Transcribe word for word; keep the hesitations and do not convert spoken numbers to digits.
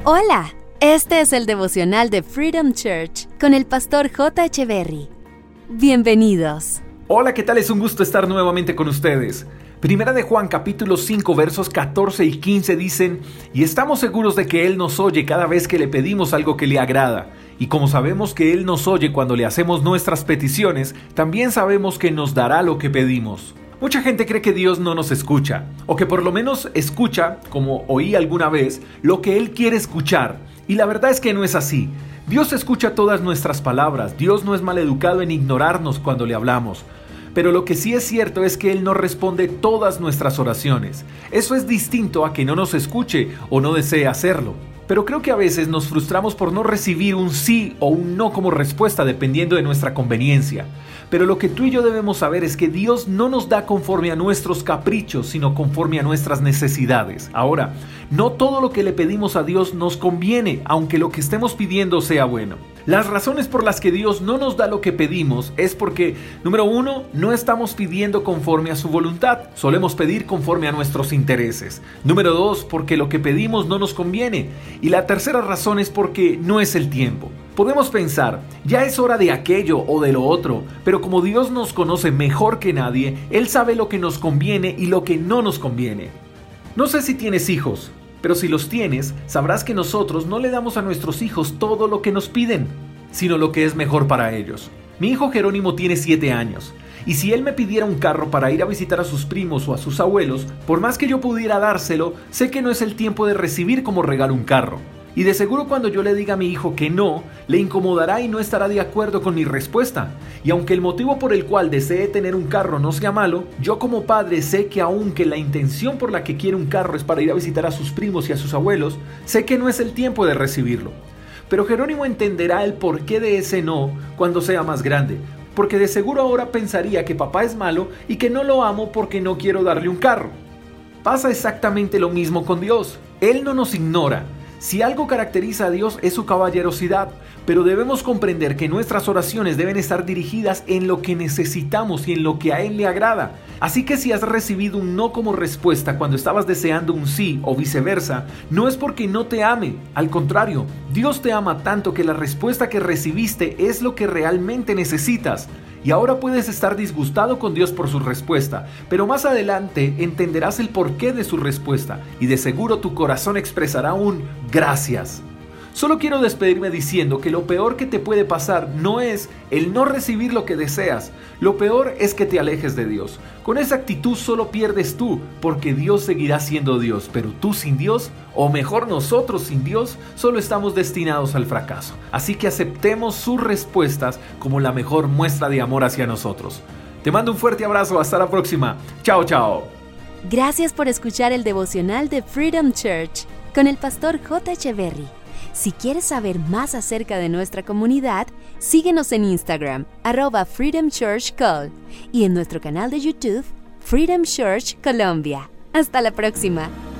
Hola, este es el devocional de Freedom Church con el pastor J. Echeverry. Bienvenidos. Hola, ¿qué tal? Es un gusto estar nuevamente con ustedes. Primera de Juan capítulo cinco versos catorce y quince dicen: y estamos seguros de que Él nos oye cada vez que le pedimos algo que le agrada. Y como sabemos que Él nos oye cuando le hacemos nuestras peticiones, también sabemos que nos dará lo que pedimos. Mucha gente cree que Dios no nos escucha, o que por lo menos escucha, como oí alguna vez, lo que Él quiere escuchar. Y la verdad es que no es así. Dios escucha todas nuestras palabras. Dios no es maleducado en ignorarnos cuando le hablamos. Pero lo que sí es cierto es que Él no responde todas nuestras oraciones. Eso es distinto a que no nos escuche o no desee hacerlo. Pero creo que a veces nos frustramos por no recibir un sí o un no como respuesta dependiendo de nuestra conveniencia. Pero lo que tú y yo debemos saber es que Dios no nos da conforme a nuestros caprichos, sino conforme a nuestras necesidades. Ahora, no todo lo que le pedimos a Dios nos conviene, aunque lo que estemos pidiendo sea bueno. Las razones por las que Dios no nos da lo que pedimos es porque, número uno, no estamos pidiendo conforme a su voluntad. Solemos pedir conforme a nuestros intereses. Número dos, porque lo que pedimos no nos conviene. Y la tercera razón es porque no es el tiempo. Podemos pensar, ya es hora de aquello o de lo otro, pero como Dios nos conoce mejor que nadie, Él sabe lo que nos conviene y lo que no nos conviene. No sé si tienes hijos, pero si los tienes, sabrás que nosotros no le damos a nuestros hijos todo lo que nos piden, sino lo que es mejor para ellos. Mi hijo Jerónimo tiene siete años, y si él me pidiera un carro para ir a visitar a sus primos o a sus abuelos, por más que yo pudiera dárselo, sé que no es el tiempo de recibir como regalo un carro. Y de seguro cuando yo le diga a mi hijo que no, le incomodará y no estará de acuerdo con mi respuesta. Y aunque el motivo por el cual desee tener un carro no sea malo, yo como padre sé que aunque la intención por la que quiere un carro es para ir a visitar a sus primos y a sus abuelos, sé que no es el tiempo de recibirlo. Pero Jerónimo entenderá el porqué de ese no cuando sea más grande, porque de seguro ahora pensaría que papá es malo y que no lo amo porque no quiero darle un carro. Pasa exactamente lo mismo con Dios. Él no nos ignora. Si algo caracteriza a Dios es su caballerosidad, pero debemos comprender que nuestras oraciones deben estar dirigidas en lo que necesitamos y en lo que a Él le agrada. Así que si has recibido un no como respuesta cuando estabas deseando un sí o viceversa, no es porque no te ame, al contrario, Dios te ama tanto que la respuesta que recibiste es lo que realmente necesitas. Y ahora puedes estar disgustado con Dios por su respuesta, pero más adelante entenderás el porqué de su respuesta y de seguro tu corazón expresará un gracias. Solo quiero despedirme diciendo que lo peor que te puede pasar no es el no recibir lo que deseas, lo peor es que te alejes de Dios. Con esa actitud solo pierdes tú, porque Dios seguirá siendo Dios, pero tú sin Dios, o mejor nosotros sin Dios, solo estamos destinados al fracaso. Así que aceptemos sus respuestas como la mejor muestra de amor hacia nosotros. Te mando un fuerte abrazo, hasta la próxima. Chao, chao. Gracias por escuchar el devocional de Freedom Church con el pastor J. Echeverry. Si quieres saber más acerca de nuestra comunidad, síguenos en Instagram, arroba Freedom Church Col, y en nuestro canal de YouTube, Freedom Church Colombia. Hasta la próxima.